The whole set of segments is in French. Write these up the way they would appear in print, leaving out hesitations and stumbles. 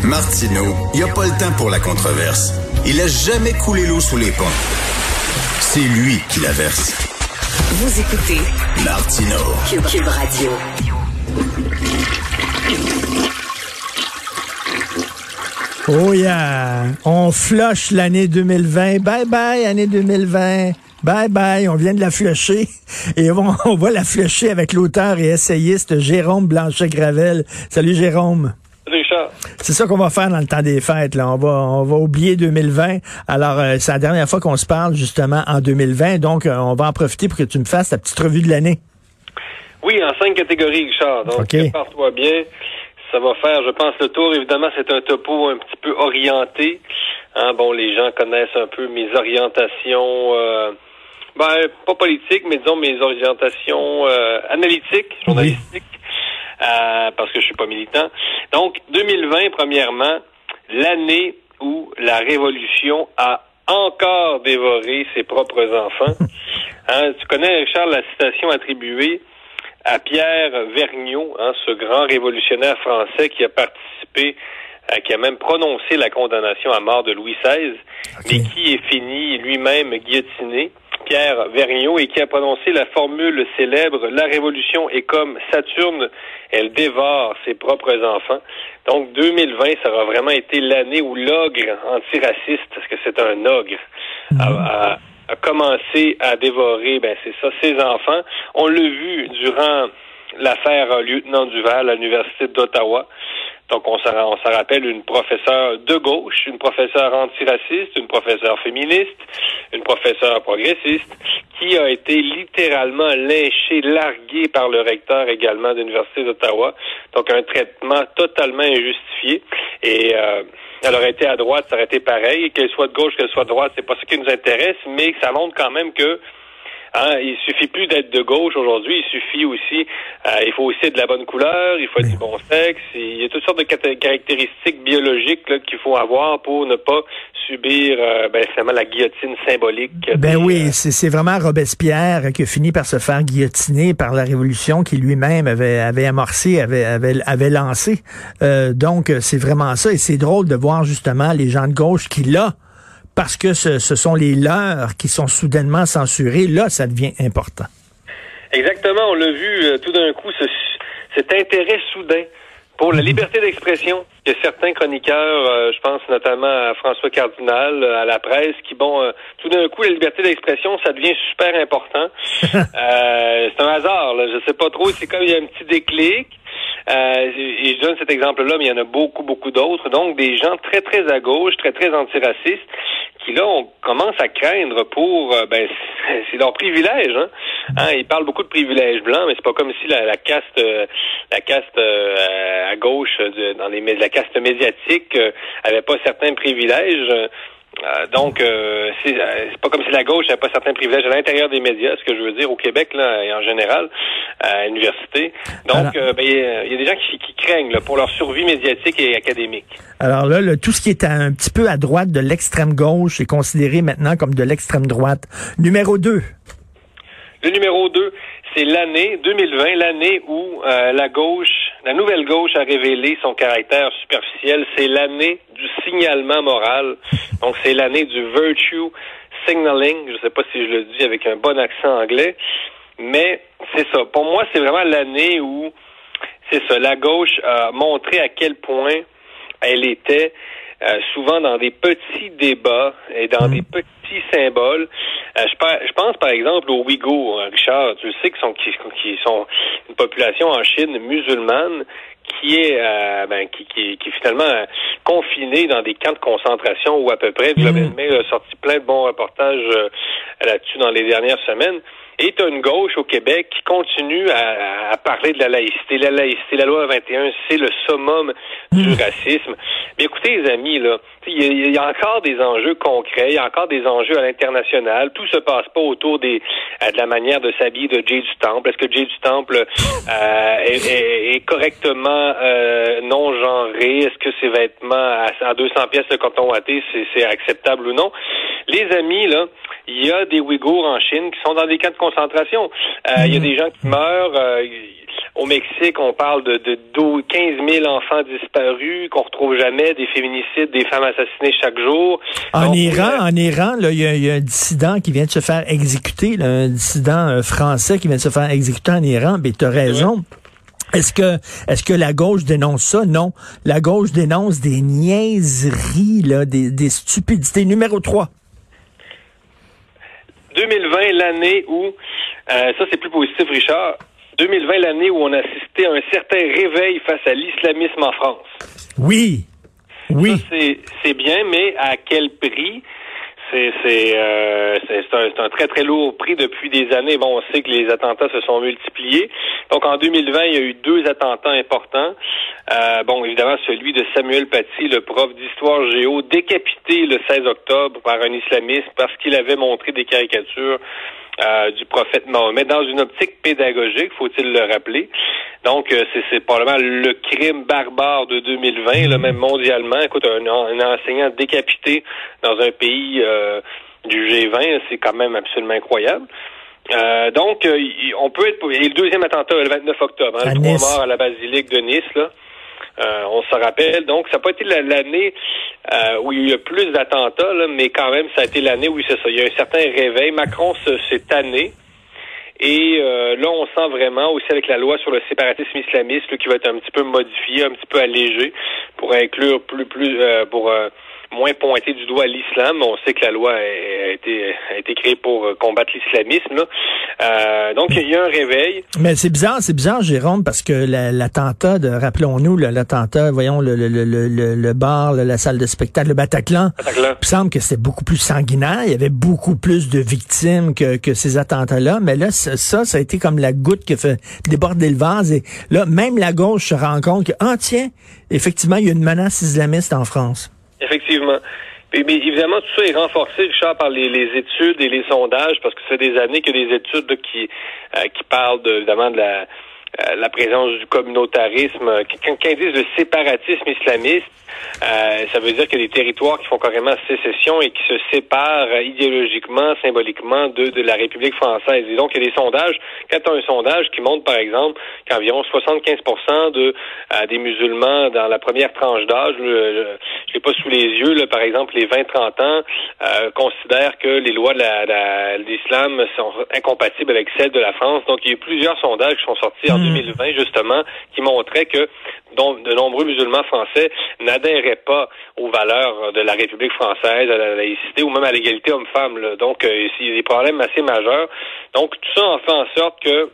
Martineau, il n'y a pas le temps pour la controverse. Il a jamais coulé l'eau sous les ponts. C'est lui qui la verse. Vous écoutez Martineau. Cube Radio. Oh yeah! On flush l'année 2020. Bye bye, année 2020. Bye bye, on vient de la flusher. Et on va la flusher avec l'auteur et essayiste Jérôme Blanchet-Gravel. Salut Jérôme. Salut Richard. C'est ça qu'on va faire dans le temps des fêtes, là. On va oublier 2020. Alors, c'est la dernière fois qu'on se parle, justement, en 2020. Donc, on va en profiter pour que tu me fasses ta petite revue de l'année. Oui, en 5 catégories, Richard. Donc, prépare-toi bien. Ça va faire, je pense, le tour. Évidemment, c'est un topo un petit peu orienté. Bon, les gens connaissent un peu mes orientations, pas politiques, mais disons mes orientations analytiques, journalistiques, parce que je suis pas militant. Donc, 2020, premièrement, l'année où la Révolution a encore dévoré ses propres enfants. Tu connais, Richard, la citation attribuée à Pierre Vergniaud, ce grand révolutionnaire français qui a participé, qui a même prononcé la condamnation à mort de Louis XVI, mais qui est fini lui-même guillotiné. Pierre Vergniaud, et qui a prononcé la formule célèbre « La révolution est comme Saturne, elle dévore ses propres enfants ». Donc 2020, ça aura vraiment été l'année où l'ogre antiraciste, parce que c'est un ogre, a commencé à dévorer, c'est ça, ses enfants. On l'a vu durant l'affaire Lieutenant Duval à l'Université d'Ottawa. Donc, on s'en rappelle une professeure de gauche, une professeure antiraciste, une professeure féministe, une professeure progressiste, qui a été littéralement lynchée, larguée par le recteur également de l'Université d'Ottawa. Donc, un traitement totalement injustifié. Et elle aurait été à droite, ça aurait été pareil. Qu'elle soit de gauche, qu'elle soit de droite, c'est pas ce qui nous intéresse, mais ça montre quand même que il suffit plus d'être de gauche aujourd'hui, il suffit aussi, il faut aussi être de la bonne couleur, il faut être du bon sexe, il y a toutes sortes de caractéristiques biologiques là, qu'il faut avoir pour ne pas subir finalement la guillotine symbolique. Oui, c'est vraiment Robespierre qui a fini par se faire guillotiner par la Révolution qui lui-même avait amorcé, avait lancé. Donc, c'est vraiment ça, et c'est drôle de voir justement les gens de gauche qui, là, parce que ce sont les leurs qui sont soudainement censurés, là, ça devient important. Exactement, on l'a vu tout d'un coup, cet intérêt soudain pour la liberté d'expression que certains chroniqueurs, je pense notamment à François Cardinal, à la presse, qui, tout d'un coup, la liberté d'expression, ça devient super important. C'est un hasard, là, je sais pas trop, c'est comme il y a un petit déclic. Et je donne cet exemple-là, mais il y en a beaucoup, beaucoup d'autres. Donc, des gens très, très à gauche, très, très antiracistes, qui, là, on commence à craindre pour, c'est leur privilège, ils parlent beaucoup de privilèges blancs, mais c'est pas comme si la caste à gauche, dans la caste médiatique, avait pas certains privilèges. Donc, c'est pas comme si la gauche n'avait pas certains privilèges à l'intérieur des médias, ce que je veux dire au Québec là et en général à l'université. Donc, il y a des gens qui craignent là, pour leur survie médiatique et académique. Alors là, tout ce qui est un petit peu à droite de l'extrême gauche est considéré maintenant comme de l'extrême droite. Numéro 2. Le numéro 2, c'est l'année 2020, l'année où la nouvelle gauche a révélé son caractère superficiel. C'est l'année du signalement moral. Donc, c'est l'année du virtue signaling. Je ne sais pas si je le dis avec un bon accent anglais, mais c'est ça. Pour moi, c'est vraiment l'année où, c'est ça, la gauche a montré à quel point elle était souvent dans des petits débats et dans des petits symboles. Je pense par exemple aux Ouïghours, Richard. Tu le sais qu'ils sont une population en Chine musulmane qui est qui est finalement confinée dans des camps de concentration ou à peu près. Globe and Mail a sorti plein de bons reportages là-dessus dans les dernières semaines. Et tu as une gauche au Québec qui continue à parler de la laïcité. La laïcité, la loi 21, c'est le summum du racisme. Mais écoutez, les amis, là, il y a encore des enjeux concrets, il y a encore des enjeux à l'international. Tout se passe pas autour de la manière de s'habiller de Jay du Temple. Est-ce que Jay du Temple est correctement non-genré? Est-ce que ses vêtements à 200 pièces le coton watté, c'est acceptable ou non? Les amis, là, il y a des Ouïghours en Chine qui sont dans des camps de concentration. Il y a des gens qui meurent. au Mexique, on parle de 15 000 enfants disparus, qu'on retrouve jamais, des féminicides, des femmes assassinées chaque jour. En Iran, là, il y a un dissident qui vient de se faire exécuter, là, un dissident français qui vient de se faire exécuter en Iran. Ben, tu as raison. Ouais. Est-ce que la gauche dénonce ça? Non. La gauche dénonce des niaiseries, là, des stupidités. Numéro 3. 2020, l'année où, ça c'est plus positif, Richard, 2020, l'année où on a assisté à un certain réveil face à l'islamisme en France. Oui. Oui. Ça, c'est bien, mais à quel prix? C'est un très, très lourd prix depuis des années. Bon, on sait que les attentats se sont multipliés. Donc, en 2020, il y a eu 2 attentats importants. Bon, évidemment, celui de Samuel Paty, le prof d'histoire géo, décapité le 16 octobre par un islamiste parce qu'il avait montré des caricatures du prophète Mahomet dans une optique pédagogique, faut-il le rappeler. Donc, c'est probablement le crime barbare de 2020, là, même mondialement. Écoute, un enseignant décapité dans un pays du G20, c'est quand même absolument incroyable. Donc, on peut être... Et le deuxième attentat, le 29 octobre, hein, 3 morts à la basilique de Nice, là. On se rappelle. Donc, ça n'a pas été l'année où il y a plus d'attentats, là, mais quand même, ça a été l'année où c'est ça. Il y a un certain réveil. Macron s'est tanné. Et là, on sent vraiment, aussi avec la loi sur le séparatisme islamiste, là, qui va être un petit peu modifiée, un petit peu allégée, pour inclure pour moins pointer du doigt l'islam. On sait que la loi a été créée pour combattre l'islamisme, là. Donc, il y a un réveil. Mais c'est bizarre, Jérôme, parce que l'attentat rappelons-nous, l'attentat, voyons, le bar, la salle de spectacle, le Bataclan. Il me semble que c'était beaucoup plus sanguinaire. Il y avait beaucoup plus de victimes que ces attentats-là. Mais là, ça a été comme la goutte qui a fait déborder le vase. Et là, même la gauche se rend compte que, tiens, effectivement, il y a une menace islamiste en France. Effectivement. Mais évidemment, tout ça est renforcé, Richard, par les études et les sondages, parce que ça fait des années qu'il y a des études là, qui parlent évidemment de la présence du communautarisme. Quand ils disent le séparatisme islamiste, ça veut dire qu'il y a des territoires qui font carrément sécession et qui se séparent idéologiquement, symboliquement de la République française. Et donc, il y a des sondages. Quand tu as un sondage qui montre, par exemple, qu'environ 75% des musulmans dans la première tranche d'âge, je l'ai pas sous les yeux, là, par exemple, les 20-30 ans, considèrent que les lois de l'islam sont incompatibles avec celles de la France. Donc, il y a eu plusieurs sondages qui sont sortis en 2020, justement, qui montraient que de nombreux musulmans français n'adhéraient pas aux valeurs de la République française, à la laïcité ou même à l'égalité homme-femme, là. Donc, il y a des problèmes assez majeurs. Donc, tout ça en fait en sorte que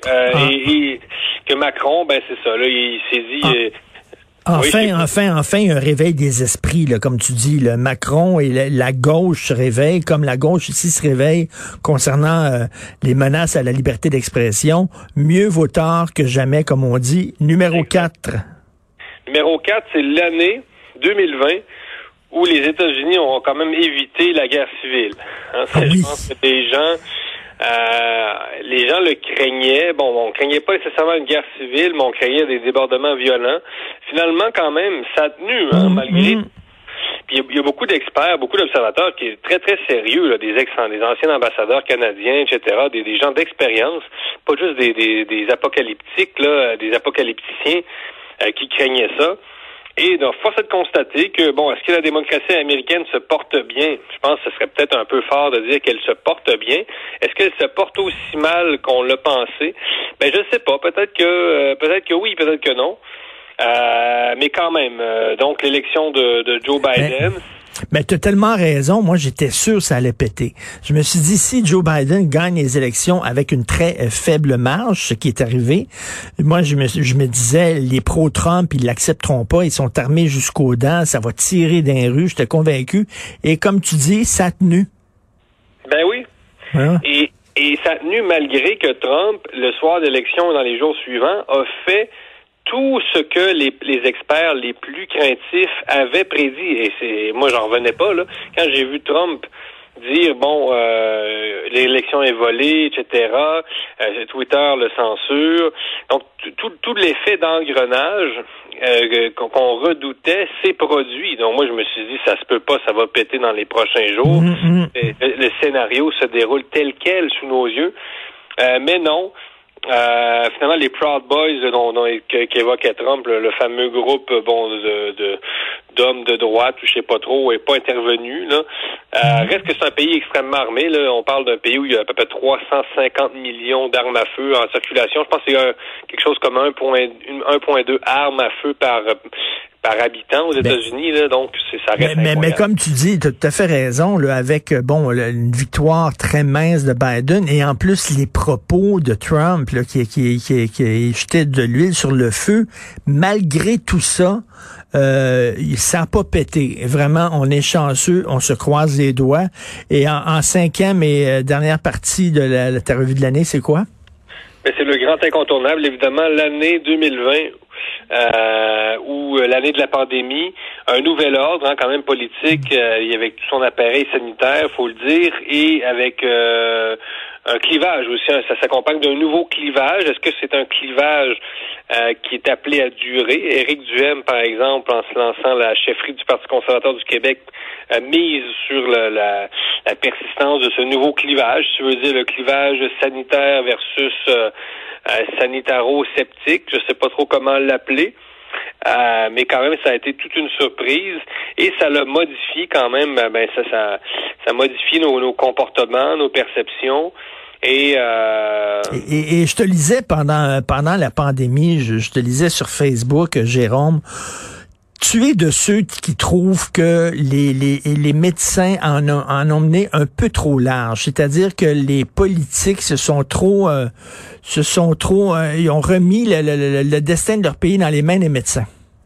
que Macron, ben c'est ça, là, il s'est dit... Enfin, un réveil des esprits, là, comme tu dis. Le Macron et la gauche se réveillent, comme la gauche ici se réveille concernant les menaces à la liberté d'expression. Mieux vaut tard que jamais, comme on dit. Numéro 4. Numéro 4, c'est l'année 2020 où les États-Unis ont quand même évité la guerre civile. Hein, je pense que les gens le craignaient. Bon, on craignait pas nécessairement une guerre civile, mais on craignait des débordements violents. Finalement, quand même, ça a tenu, hein, malgré. Puis il y a beaucoup d'experts, beaucoup d'observateurs qui est très, très sérieux, là, des anciens ambassadeurs canadiens, etc., des gens d'expérience, pas juste des apocalyptiques, là, des apocalypticiens qui craignaient ça. Et donc, force est de constater que, bon, est-ce que la démocratie américaine se porte bien? Je pense que ce serait peut-être un peu fort de dire qu'elle se porte bien. Est-ce qu'elle se porte aussi mal qu'on l'a pensé? Ben, je sais pas. Peut-être que oui, peut-être que non. Mais quand même, donc l'élection de Joe Biden... Mais tu as tellement raison. Moi, j'étais sûr que ça allait péter. Je me suis dit, si Joe Biden gagne les élections avec une très faible marge, ce qui est arrivé, moi, je me disais, les pro-Trump, ils l'accepteront pas. Ils sont armés jusqu'aux dents. Ça va tirer dans les rues. J'étais convaincu. Et comme tu dis, ça a tenu. Ben oui. Hein? Et ça a tenu malgré que Trump, le soir d'élection et dans les jours suivants, a fait tout ce que les experts les plus craintifs avaient prédit. Et moi, j'en revenais pas, là. Quand j'ai vu Trump dire, bon, l'élection est volée, etc., Twitter le censure. Donc, tout l'effet d'engrenage qu'on redoutait s'est produit. Donc, moi, je me suis dit, ça se peut pas, ça va péter dans les prochains jours. Le scénario se déroule tel quel sous nos yeux. Mais non. finalement, les Proud Boys qu'évoquait Trump, le fameux groupe d'hommes de droite, ou je sais pas trop, est pas intervenu. Là. Reste que c'est un pays extrêmement armé. Là. On parle d'un pays où il y a à peu près 350 millions d'armes à feu en circulation. Je pense que c'est quelque chose comme 1,2 armes à feu par habitant aux États-Unis, là, donc ça reste mais comme tu dis, tu as tout à fait raison, là, avec une victoire très mince de Biden et en plus les propos de Trump là, qui jetait de l'huile sur le feu, malgré tout ça, ça n'a pas pété. Vraiment, on est chanceux, on se croise les doigts. Et en cinquième et dernière partie de ta revue de l'année, c'est quoi? Ben, c'est le grand incontournable, évidemment, l'année 2020. Ou l'année de la pandémie, un nouvel ordre, quand même politique, avec tout son appareil sanitaire, faut le dire, et avec un clivage aussi. Ça s'accompagne d'un nouveau clivage. Est-ce que c'est un clivage qui est appelé à durer? Éric Duhaime, par exemple, en se lançant la chefferie du Parti conservateur du Québec, mise sur la persistance de ce nouveau clivage. Si tu veux dire le clivage sanitaire versus sanitaro-sceptique, je sais pas trop comment l'appeler, mais quand même ça a été toute une surprise et ça l'a modifié quand même. Ça modifie nos comportements, nos perceptions. Et je te lisais pendant la pandémie, je te lisais sur Facebook, Jérôme. Tu es de ceux qui trouvent que les médecins en ont mené un peu trop large, c'est-à-dire que les politiques ils ont remis le destin de leur pays dans les mains des médecins.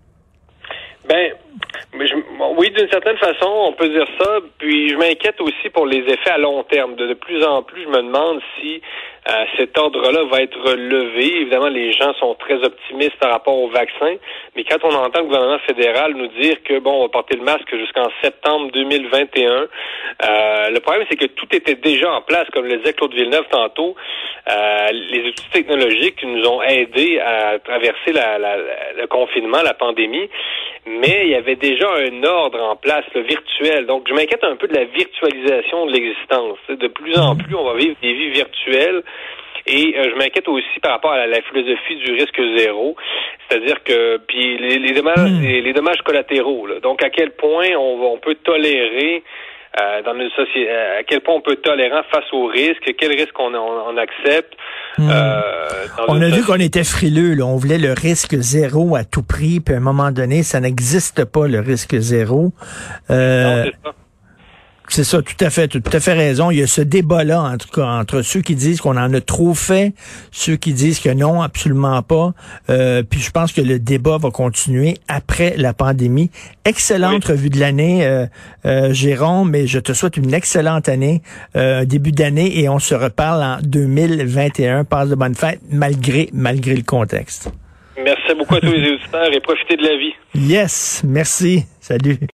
Oui, d'une certaine façon, on peut dire ça. Puis je m'inquiète aussi pour les effets à long terme. De plus en plus, je me demande si cet ordre-là va être levé. Évidemment, les gens sont très optimistes par rapport au vaccin. Mais quand on entend le gouvernement fédéral nous dire que, on va porter le masque jusqu'en septembre 2021, le problème, c'est que tout était déjà en place. Comme le disait Claude Villeneuve tantôt, les outils technologiques qui nous ont aidés à traverser le confinement, la pandémie. Mais il y avait déjà un ordre en place, le virtuel. Donc, je m'inquiète un peu de la virtualisation de l'existence. De plus en plus, on va vivre des vies virtuelles. Et je m'inquiète aussi par rapport à la philosophie du risque zéro. C'est-à-dire que, puis les dommages collatéraux. Là. Donc, à quel point on peut tolérer dans une société, à quel point on peut tolérer face aux risques, quel risque on accepte. On a vu qu'on était frileux, là. On voulait le risque zéro à tout prix, puis à un moment donné, ça n'existe pas, le risque zéro. Non, c'est ça. C'est ça, tout à fait raison. Il y a ce débat-là, en tout cas, entre ceux qui disent qu'on en a trop fait, ceux qui disent que non, absolument pas. Puis je pense que le débat va continuer après la pandémie. Excellente revue de l'année, Jérôme, et je te souhaite une excellente année, début d'année, et on se reparle en 2021. Passe de bonnes fêtes, malgré le contexte. Merci beaucoup à tous les auditeurs et profitez de la vie. Yes, merci. Salut.